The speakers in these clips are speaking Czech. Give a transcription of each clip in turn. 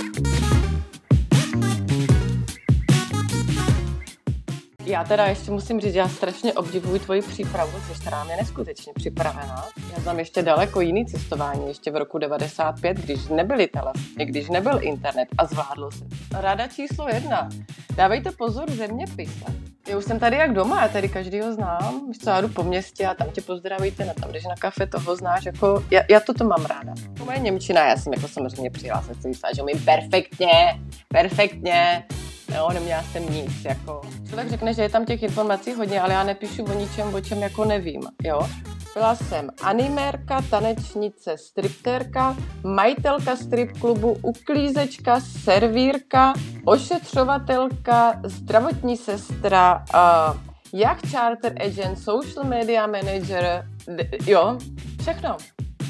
Já teda ještě musím říct, já strašně obdivuji tvoji přípravu, jsi která je neskutečně připravená. Já znám ještě daleko jiný cestování, ještě v roku 95, když nebyly telefony, když nebyl internet a zvládlo se. Rada číslo 1. Dávejte pozor zeměpise. Já už jsem tady jak doma, já tady každýho znám, víš co, já jdu po městě a tam tě pozdravíte, tam jdeš na kafe, toho znáš, jako, já toto mám ráda. To moje němčina, já jsem jako samozřejmě přijela, jsem si myslela, že umím perfektně, jo, neměla jsem nic, jako. Člověk řekne, že je tam těch informací hodně, ale já nepíšu o ničem, o čem jako nevím, jo. Byla jsem animérka, tanečnice, striptérka, majitelka strip klubu, uklízečka, servírka, ošetřovatelka, zdravotní sestra, jak charter agent, social media manager, jo, všechno.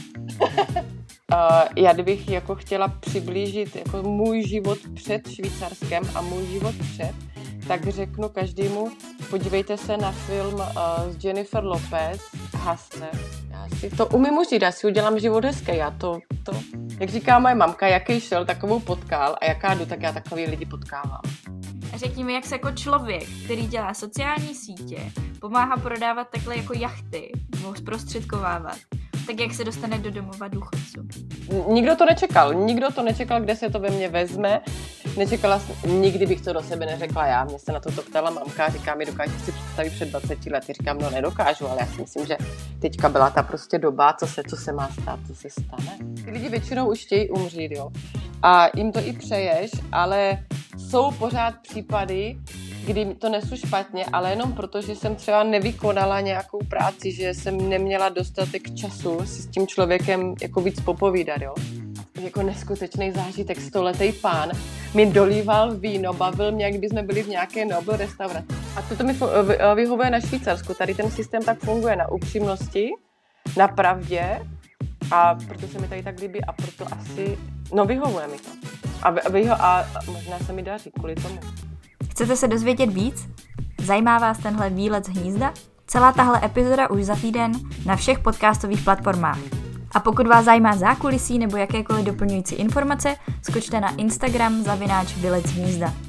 Já kdybych jako chtěla přiblížit jako můj život před Švýcarskem a můj život před, tak řeknu každému, podívejte se na film s Jennifer Lopez, Hustler. Já si to umím užít, já si udělám život hezký. Já to, jak říká moje mamka, jaký šel, takovou potkal a jaká jdu, tak já takový lidi potkávám. Řekni mi, jak se jako člověk, který dělá sociální sítě, pomáhá prodávat takhle jako jachty, nebo zprostředkovávat, tak jak se dostane do domova důchodců? Nikdo to nečekal, kde se to ve mně vezme. Nikdy bych to do sebe neřekla já. Mě se na to ptala mamka, říká mi, dokážeš si představit před 20 lety. Říkám, no nedokážu, ale já si myslím, že teďka byla ta prostě doba, co se má stát, co se stane. Ty lidi většinou už chtějí umřít, jo. A jim to i přeješ, ale jsou pořád případy, kdy to nesu špatně, ale jenom proto, že jsem třeba nevykonala nějakou práci, že jsem neměla dostatek času si s tím člověkem jako víc popovídat, jo. Jako neskutečný zážitek, 100letý pán mi dolíval víno, bavil mě, jak kdyby jsme byli v nějaké Nobel restauraci. A toto mi vyhovuje na Švýcarsku, tady ten systém tak funguje na upřímnosti, na pravdě a proto se mi tady tak líbí a proto asi, vyhovuje mi to. A možná se mi daří kvůli tomu. Chcete se dozvědět víc? Zajímá vás tenhle výlet z hnízda? Celá tahle epizoda už za týden na všech podcastových platformách. A pokud vás zajímá zákulisí nebo jakékoliv doplňující informace, skočte na Instagram @výlet z hnízda.